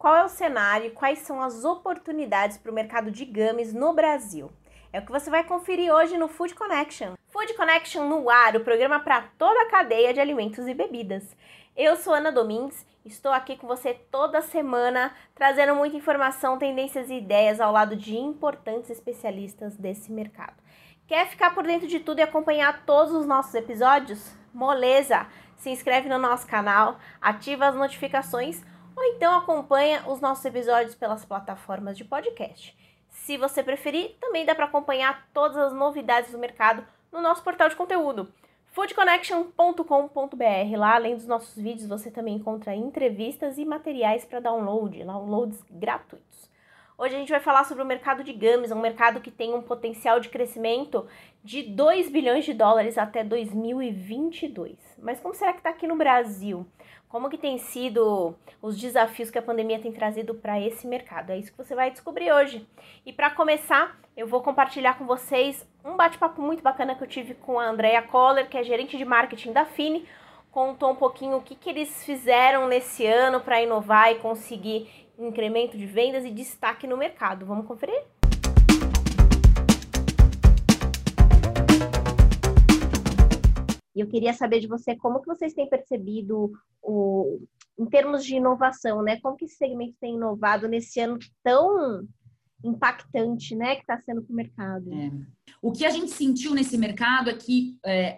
qual é o cenário e quais são as oportunidades para o mercado de gummies no Brasil. É o que você vai conferir hoje no Food Connection. Food Connection no ar, o programa para toda a cadeia de alimentos e bebidas. Eu sou Ana Domingues, estou aqui com você toda semana, trazendo muita informação, tendências e ideias ao lado de importantes especialistas desse mercado. Quer ficar por dentro de tudo e acompanhar todos os nossos episódios? Moleza! Se inscreve no nosso canal, ativa as notificações ou então acompanha os nossos episódios pelas plataformas de podcast. Se você preferir, também dá para acompanhar todas as novidades do mercado no nosso portal de conteúdo, foodconnection.com.br. Lá, além dos nossos vídeos, você também encontra entrevistas e materiais para downloads gratuitos. Hoje a gente vai falar sobre o mercado de gummies, um mercado que tem um potencial de crescimento de 2 bilhões de dólares até 2022. Mas como será que está aqui no Brasil? Como que tem sido os desafios que a pandemia tem trazido para esse mercado? É isso que você vai descobrir hoje. E para começar, eu vou compartilhar com vocês um bate-papo muito bacana que eu tive com a Andrea Koller, que é gerente de marketing da Fini. Contou um pouquinho o que eles fizeram nesse ano para inovar e conseguir incremento de vendas e destaque no mercado. Vamos conferir? E eu queria saber de você como que vocês têm percebido em termos de inovação, né? Como que esse segmento tem inovado nesse ano tão impactante, né, que está sendo para o mercado? O que a gente sentiu nesse mercado é que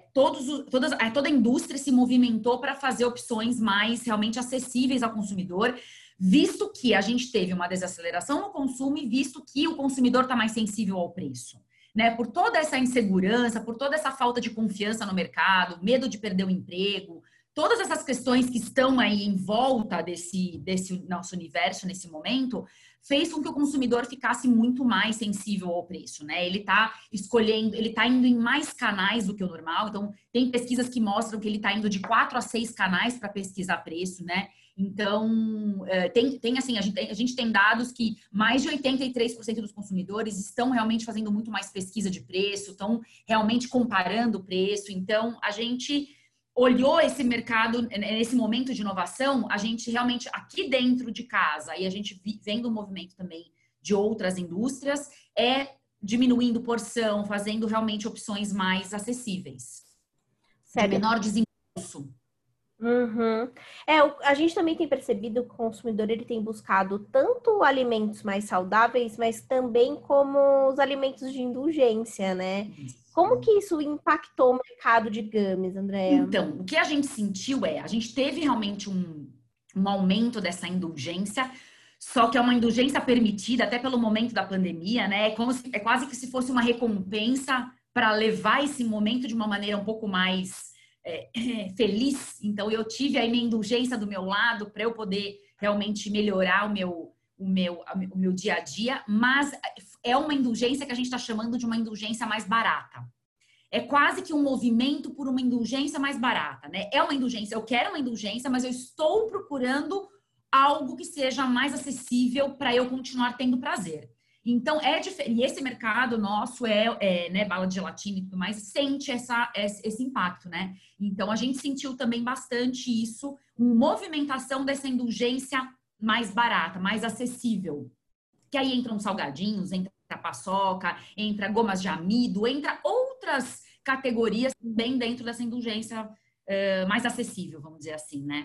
toda a indústria se movimentou para fazer opções mais realmente acessíveis ao consumidor, visto que a gente teve uma desaceleração no consumo e visto que o consumidor está mais sensível ao preço. Né, por toda essa insegurança, por toda essa falta de confiança no mercado, medo de perder o emprego, todas essas questões que estão aí em volta desse nosso universo nesse momento, fez com que o consumidor ficasse muito mais sensível ao preço, né? Ele está escolhendo, ele está indo em mais canais do que o normal. Então, tem pesquisas que mostram que ele está indo de 4 a 6 canais para pesquisar preço, né? Então, a gente tem dados que mais de 83% dos consumidores estão realmente fazendo muito mais pesquisa de preço, estão realmente comparando o preço. Então, a gente olhou esse mercado, nesse momento de inovação, a gente realmente, aqui dentro de casa, e a gente vendo o movimento também de outras indústrias, diminuindo porção, fazendo realmente opções mais acessíveis, Sério? de menor desembolso. Uhum. A gente também tem percebido que o consumidor ele tem buscado tanto alimentos mais saudáveis, mas também como os alimentos de indulgência, né? Como que isso impactou o mercado de gummies, Andréa? Então, o que a gente sentiu a gente teve realmente um aumento dessa indulgência, só que é uma indulgência permitida até pelo momento da pandemia, né? É quase que se fosse uma recompensa para levar esse momento de uma maneira um pouco mais feliz. Então, eu tive aí minha indulgência do meu lado para eu poder realmente melhorar o meu dia a dia, mas é uma indulgência que a gente está chamando de uma indulgência mais barata. É quase que um movimento por uma indulgência mais barata, né? É uma indulgência, eu quero uma indulgência, mas eu estou procurando algo que seja mais acessível para eu continuar tendo prazer. Então, diferente. E esse mercado nosso né, bala de gelatina e tudo mais, sente esse impacto, né? Então, a gente sentiu também bastante isso, uma movimentação dessa indulgência mais barata, mais acessível. Que aí entram salgadinhos, entra paçoca, entra gomas de amido, entra outras categorias bem dentro dessa indulgência mais acessível, vamos dizer assim, né?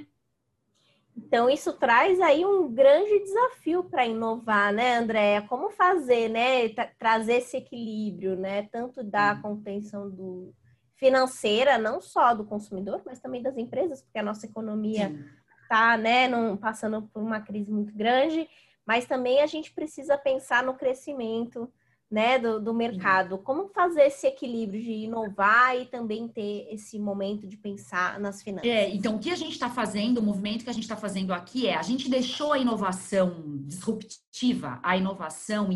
Então, isso traz aí um grande desafio para inovar, né, Andréa? Como fazer, né, trazer esse equilíbrio, né, tanto da contenção financeira, não só do consumidor, mas também das empresas, porque a nossa economia está, né, passando por uma crise muito grande, mas também a gente precisa pensar no crescimento, né, do mercado. Como fazer esse equilíbrio de inovar e também ter esse momento de pensar nas finanças? Então, o que a gente está fazendo, o movimento que a gente está fazendo aqui a gente deixou a inovação disruptiva, a inovação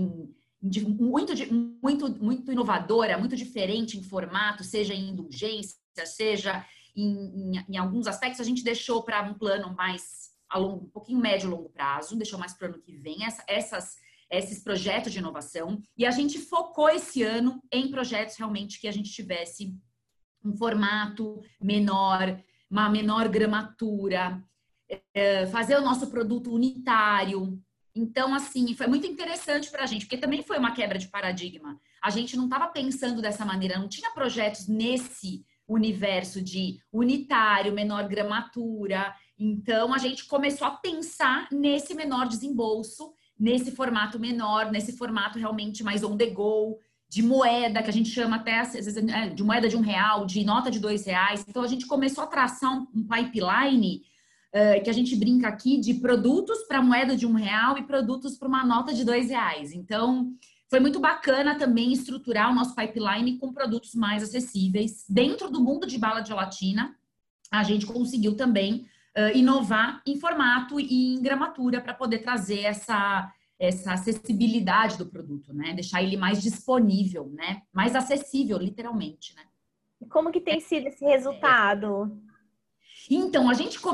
muito inovadora, muito diferente em formato, seja em indulgência, seja em alguns aspectos, a gente deixou para um plano mais um pouquinho médio e longo prazo, deixou mais para o ano que vem, esses projetos de inovação, e a gente focou esse ano em projetos realmente que a gente tivesse um formato menor, uma menor gramatura, fazer o nosso produto unitário. Então, assim, foi muito interessante para a gente, porque também foi uma quebra de paradigma. A gente não estava pensando dessa maneira, não tinha projetos nesse universo de unitário, menor gramatura. Então, a gente começou a pensar nesse menor desembolso, nesse formato menor, nesse formato realmente mais on the go, de moeda, que a gente chama até, às vezes, de moeda de R$ 1, de nota de R$ 2. Então, a gente começou a traçar um pipeline que a gente brinca aqui de produtos para moeda de R$ 1 e produtos para uma nota de R$ 2. Então, foi muito bacana também estruturar o nosso pipeline com produtos mais acessíveis. Dentro do mundo de bala de gelatina, a gente conseguiu também inovar em formato e em gramatura para poder trazer essa acessibilidade do produto, né? Deixar ele mais disponível, né? Mais acessível, literalmente, né? E como que tem sido esse resultado? Então, a gente,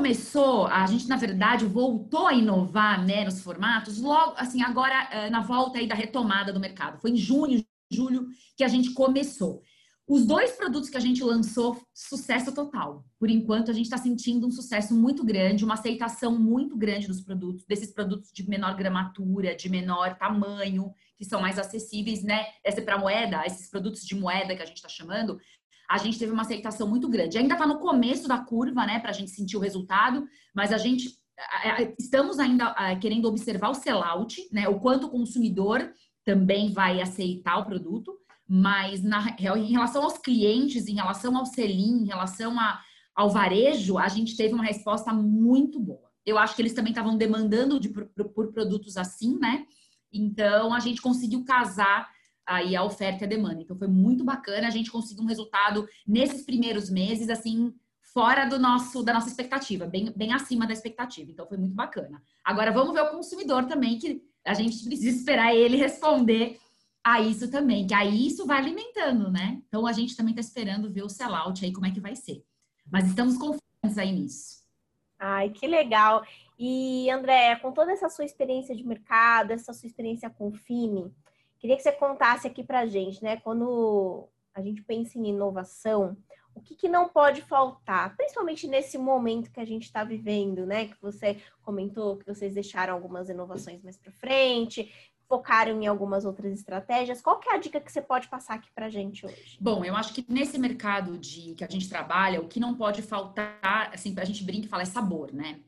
na verdade, voltou a inovar, né, nos formatos, logo, assim, agora, na volta aí da retomada do mercado. Foi em junho, julho, que a gente começou. Os 2 produtos que a gente lançou, sucesso total. Por enquanto, a gente está sentindo um sucesso muito grande, uma aceitação muito grande dos produtos, desses produtos de menor gramatura, de menor tamanho, que são mais acessíveis, né? Essa é para moeda, esses produtos de moeda que a gente está chamando, a gente teve uma aceitação muito grande. Ainda está no começo da curva, né, para a gente sentir o resultado, mas a gente estamos ainda querendo observar o sellout, né, o quanto o consumidor também vai aceitar o produto, mas em relação aos clientes, em relação ao sell-in, em relação ao varejo, a gente teve uma resposta muito boa. Eu acho que eles também estavam demandando por produtos assim, né? Então, a gente conseguiu casar aí a oferta e a demanda. Então, foi muito bacana. A gente conseguiu um resultado nesses primeiros meses, assim, fora da nossa expectativa, bem acima da expectativa. Então, foi muito bacana. Agora, vamos ver o consumidor também, que a gente precisa esperar ele responder a isso também, que aí isso vai alimentando, né? Então, a gente também está esperando ver o sellout aí, como é que vai ser. Mas estamos confiantes aí nisso. Ai, que legal. E, André, com toda essa sua experiência de mercado, essa sua experiência com o Fini, queria que você contasse aqui pra gente, né? Quando a gente pensa em inovação, o que não pode faltar, principalmente nesse momento que a gente está vivendo, né? Que você comentou que vocês deixaram algumas inovações mais para frente, focaram em algumas outras estratégias. Qual que é a dica que você pode passar aqui pra gente hoje? Bom, eu acho que nesse mercado que a gente trabalha, o que não pode faltar, assim, a gente brinca e fala, é sabor, né?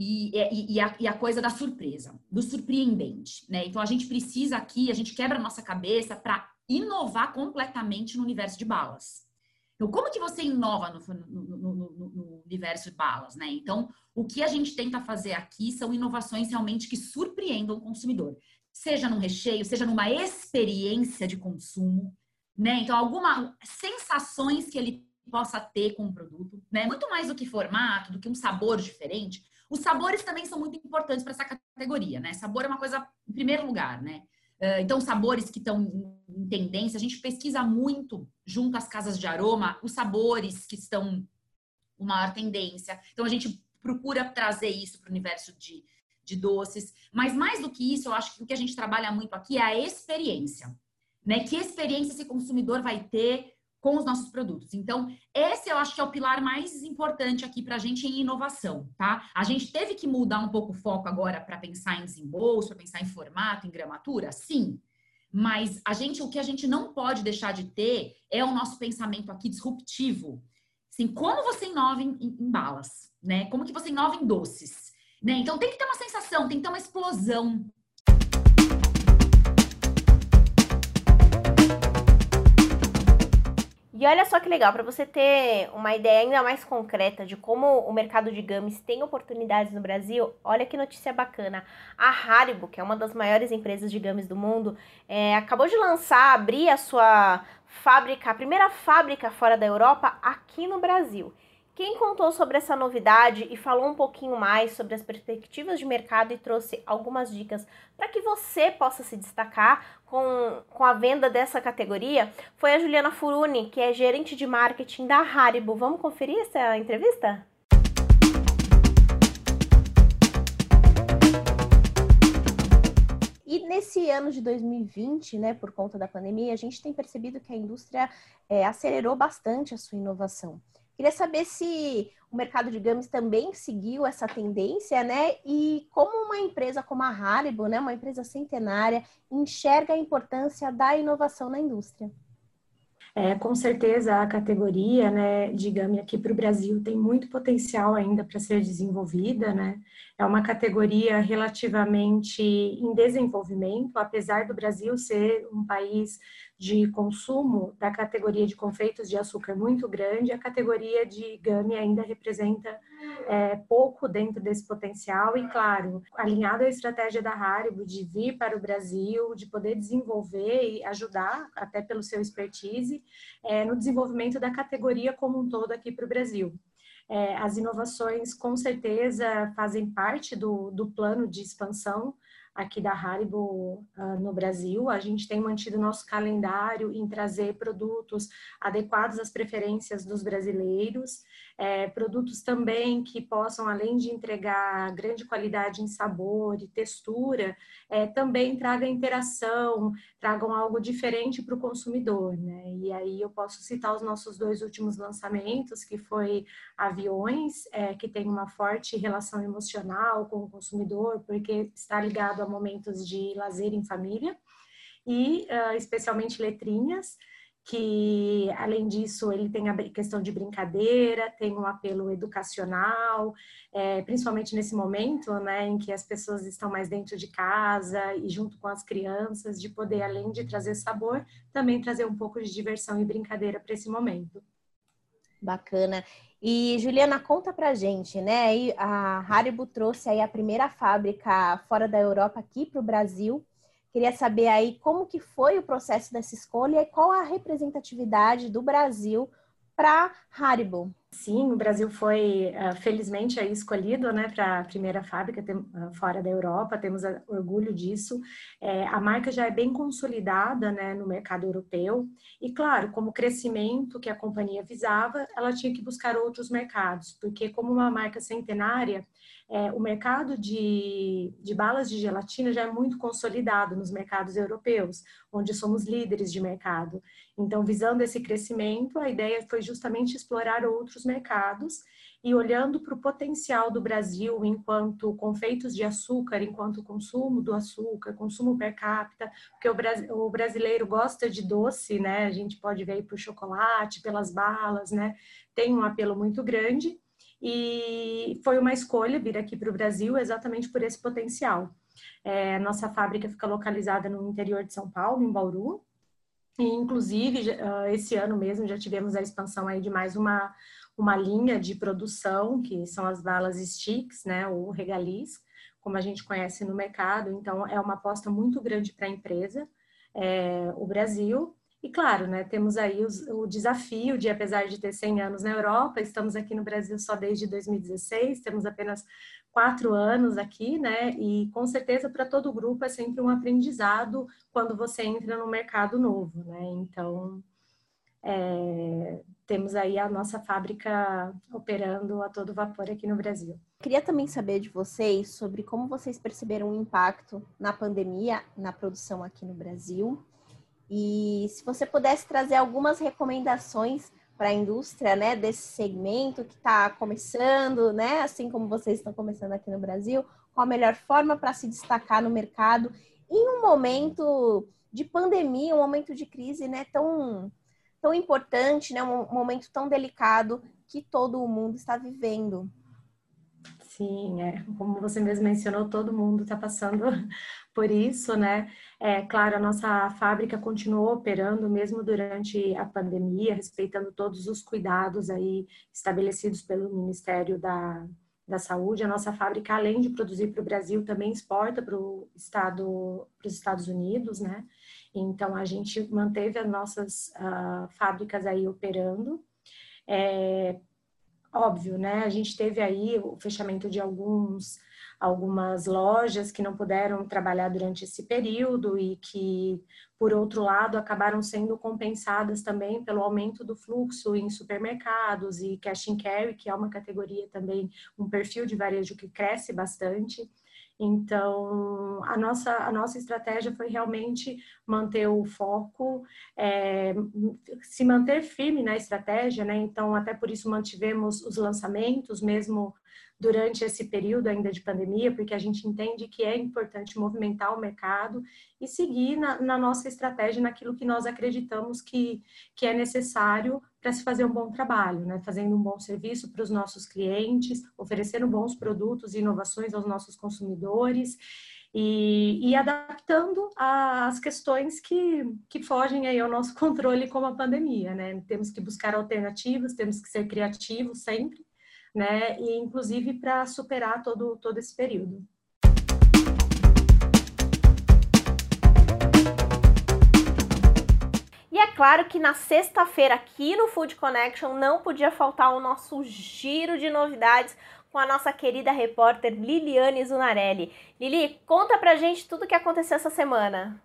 E a coisa da surpresa, do surpreendente, né? Então, a gente precisa aqui, a gente quebra a nossa cabeça para inovar completamente no universo de balas. Então, como que você inova no universo de balas, né? Então, o que a gente tenta fazer aqui são inovações realmente que surpreendam o consumidor. Seja num recheio, seja numa experiência de consumo, né? Então, algumas sensações que ele possa ter com o produto, né? Muito mais do que formato, do que um sabor diferente. Os sabores também são muito importantes para essa categoria, né? Sabor é uma coisa em primeiro lugar, né? Então, sabores que estão em tendência, a gente pesquisa muito junto às casas de aroma, os sabores que estão com maior tendência. Então, a gente procura trazer isso para o universo de doces. Mas mais do que isso, eu acho que o que a gente trabalha muito aqui é a experiência, né? Que experiência esse consumidor vai ter com os nossos produtos. Então, esse eu acho que é o pilar mais importante aqui para a gente em inovação, tá? A gente teve que mudar um pouco o foco agora para pensar em desembolso, para pensar em formato, em gramatura, sim. Mas o que a gente não pode deixar de ter é o nosso pensamento aqui disruptivo. Assim, como você inova em balas, né? Como que você inova em doces, né? Então, tem que ter uma sensação, tem que ter uma explosão. E olha só que legal, para você ter uma ideia ainda mais concreta de como o mercado de gummies tem oportunidades no Brasil, olha que notícia bacana. A Haribo, que é uma das maiores empresas de gummies do mundo, acabou de abrir a sua fábrica, a primeira fábrica fora da Europa, aqui no Brasil. Quem contou sobre essa novidade e falou um pouquinho mais sobre as perspectivas de mercado e trouxe algumas dicas para que você possa se destacar com a venda dessa categoria foi a Juliana Furuni, que é gerente de marketing da Haribo. Vamos conferir essa entrevista? E nesse ano de 2020, né, por conta da pandemia, a gente tem percebido que a indústria acelerou bastante a sua inovação. Queria saber se o mercado de gummies também seguiu essa tendência, né? E como uma empresa como a Haribo, né, uma empresa centenária, enxerga a importância da inovação na indústria. Com certeza a categoria, né, de gummy aqui para o Brasil tem muito potencial ainda para ser desenvolvida, né? É uma categoria relativamente em desenvolvimento, apesar do Brasil ser um país de consumo da categoria de confeitos de açúcar muito grande, a categoria de gummy ainda representa pouco dentro desse potencial e, claro, alinhado à estratégia da Haribo de vir para o Brasil, de poder desenvolver e ajudar, até pelo seu expertise, no desenvolvimento da categoria como um todo aqui para o Brasil. As inovações, com certeza, fazem parte do plano de expansão aqui da Haribo no Brasil. A gente tem mantido nosso calendário em trazer produtos adequados às preferências dos brasileiros, produtos também que possam, além de entregar grande qualidade em sabor e textura, também tragam interação, tragam algo diferente para o consumidor, né? E aí eu posso citar os nossos 2 últimos lançamentos, que foi aviões, que tem uma forte relação emocional com o consumidor, porque está ligado a momentos de lazer em família, e especialmente letrinhas, que além disso ele tem a questão de brincadeira, tem um apelo educacional, principalmente nesse momento, né, em que as pessoas estão mais dentro de casa e junto com as crianças, de poder, além de trazer sabor, também trazer um pouco de diversão e brincadeira para esse momento. Bacana. E Juliana, conta pra gente, né? A Haribo trouxe aí a primeira fábrica fora da Europa aqui para o Brasil. Queria saber aí como que foi o processo dessa escolha e qual a representatividade do Brasil para Haribo. Sim, o Brasil foi, felizmente, aí escolhido, né, para a primeira fábrica fora da Europa, temos orgulho disso. A marca já é bem consolidada, né, no mercado europeu e, claro, como crescimento que a companhia visava, ela tinha que buscar outros mercados, porque como uma marca centenária, o mercado de balas de gelatina já é muito consolidado nos mercados europeus, onde somos líderes de mercado. Então, visando esse crescimento, a ideia foi justamente explorar outros mercados e olhando para o potencial do Brasil enquanto confeitos de açúcar, enquanto consumo do açúcar, consumo per capita, porque o brasileiro gosta de doce, né? A gente pode ver aí por chocolate, pelas balas, né? Tem um apelo muito grande e foi uma escolha vir aqui para o Brasil exatamente por esse potencial. Nossa fábrica fica localizada no interior de São Paulo, em Bauru, e, inclusive, esse ano mesmo já tivemos a expansão aí de mais uma linha de produção, que são as balas sticks, né, ou regalis, como a gente conhece no mercado. Então, é uma aposta muito grande para a empresa, o Brasil. E, claro, né, temos aí o desafio de, apesar de ter 100 anos na Europa, estamos aqui no Brasil só desde 2016, temos apenas 4 anos aqui, né, e com certeza para todo o grupo é sempre um aprendizado quando você entra no mercado novo, né, então temos aí a nossa fábrica operando a todo vapor aqui no Brasil. Queria também saber de vocês sobre como vocês perceberam o impacto na pandemia na produção aqui no Brasil. E se você pudesse trazer algumas recomendações para a indústria, né, desse segmento que está começando, né, assim como vocês estão começando aqui no Brasil, qual a melhor forma para se destacar no mercado em um momento de pandemia, um momento de crise, né, tão importante, né, um momento tão delicado que todo o mundo está vivendo. Sim, como você mesmo mencionou, todo mundo está passando por isso, né? Claro, a nossa fábrica continuou operando mesmo durante a pandemia, respeitando todos os cuidados aí estabelecidos pelo Ministério da Saúde. A nossa fábrica, além de produzir para o Brasil, também exporta para os Estados Unidos, né? Então, a gente manteve as nossas fábricas aí operando. Óbvio, né? A gente teve aí o fechamento de algumas lojas que não puderam trabalhar durante esse período e que, por outro lado, acabaram sendo compensadas também pelo aumento do fluxo em supermercados e cash and carry, que é uma categoria também, um perfil de varejo que cresce bastante. Então, a nossa estratégia foi realmente manter o foco, se manter firme na estratégia, né? Então, até por isso mantivemos os lançamentos, mesmo durante esse período ainda de pandemia, porque a gente entende que é importante movimentar o mercado e seguir na nossa estratégia, naquilo que nós acreditamos que é necessário para se fazer um bom trabalho, né? Fazendo um bom serviço para os nossos clientes, oferecendo bons produtos e inovações aos nossos consumidores e adaptando às questões que fogem aí ao nosso controle, como a pandemia, né? Temos que buscar alternativas, temos que ser criativos sempre, né? E inclusive para superar todo esse período. E é claro que na sexta-feira aqui no Food Connection não podia faltar o nosso giro de novidades com a nossa querida repórter Liliane Zunarelli. Lili, conta pra gente tudo o que aconteceu essa semana.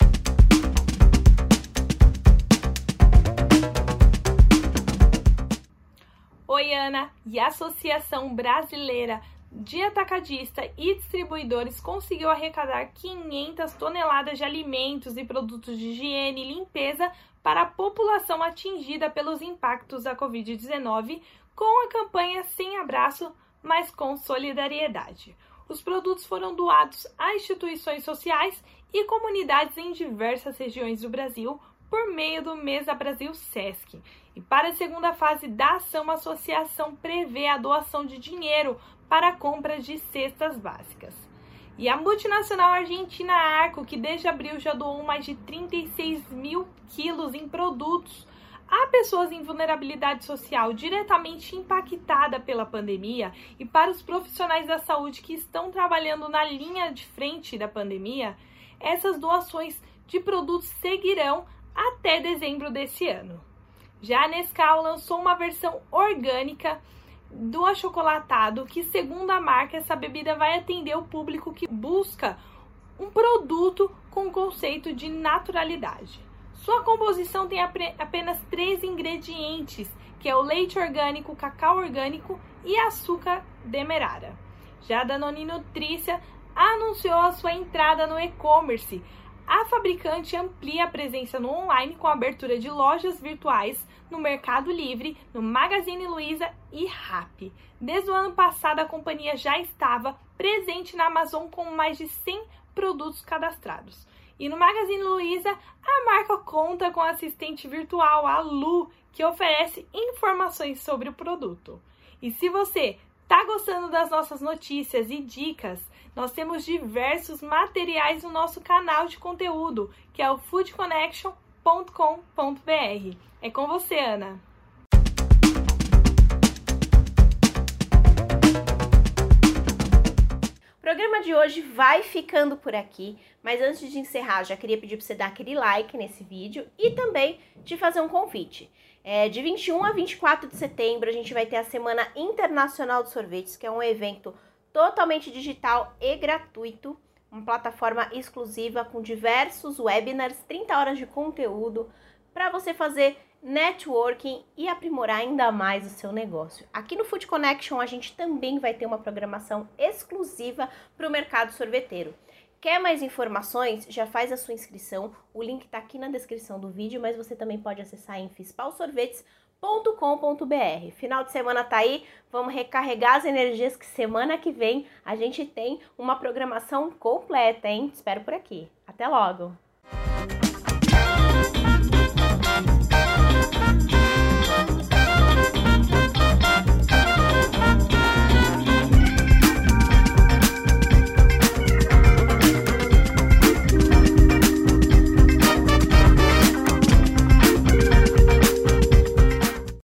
Oi, Ana, e a Associação Brasileira de Atacadista e Distribuidores conseguiu arrecadar 500 toneladas de alimentos e produtos de higiene e limpeza para a população atingida pelos impactos da Covid-19 com a campanha Sem Abraço, mas com solidariedade. Os produtos foram doados a instituições sociais e comunidades em diversas regiões do Brasil por meio do Mesa Brasil Sesc. E para a segunda fase da ação, a associação prevê a doação de dinheiro para a compra de cestas básicas. E a multinacional argentina Arco, que desde abril já doou mais de 36 mil quilos em produtos a pessoas em vulnerabilidade social diretamente impactada pela pandemia e para os profissionais da saúde que estão trabalhando na linha de frente da pandemia, essas doações de produtos seguirão até dezembro desse ano. Já a Nescau lançou uma versão orgânica do achocolatado que, segundo a marca, essa bebida vai atender o público que busca um produto com conceito de naturalidade. Sua composição tem apenas 3 ingredientes, que é o leite orgânico, cacau orgânico e açúcar demerara. Já a Danone Nutrícia anunciou a sua entrada no e-commerce. A fabricante amplia a presença no online com a abertura de lojas virtuais no Mercado Livre, no Magazine Luiza e Rappi. Desde o ano passado, a companhia já estava presente na Amazon com mais de 100 produtos cadastrados. E no Magazine Luiza, a marca conta com a assistente virtual, a Lu, que oferece informações sobre o produto. E se você está gostando das nossas notícias e dicas, nós temos diversos materiais no nosso canal de conteúdo, que é o foodconnection.com.br. É com você, Ana! O programa de hoje vai ficando por aqui, mas antes de encerrar, já queria pedir para você dar aquele like nesse vídeo e também te fazer um convite. De 21 a 24 de setembro, a gente vai ter a Semana Internacional de Sorvetes, que é um evento totalmente digital e gratuito, uma plataforma exclusiva com diversos webinars, 30 horas de conteúdo para você fazer networking e aprimorar ainda mais o seu negócio. Aqui no Food Connection a gente também vai ter uma programação exclusiva para o mercado sorveteiro. Quer mais informações? Já faz a sua inscrição, o link está aqui na descrição do vídeo, mas você também pode acessar em fispalsorvetes.com.br. Final de semana tá aí, vamos recarregar as energias que semana que vem a gente tem uma programação completa, hein? Espero por aqui. Até logo!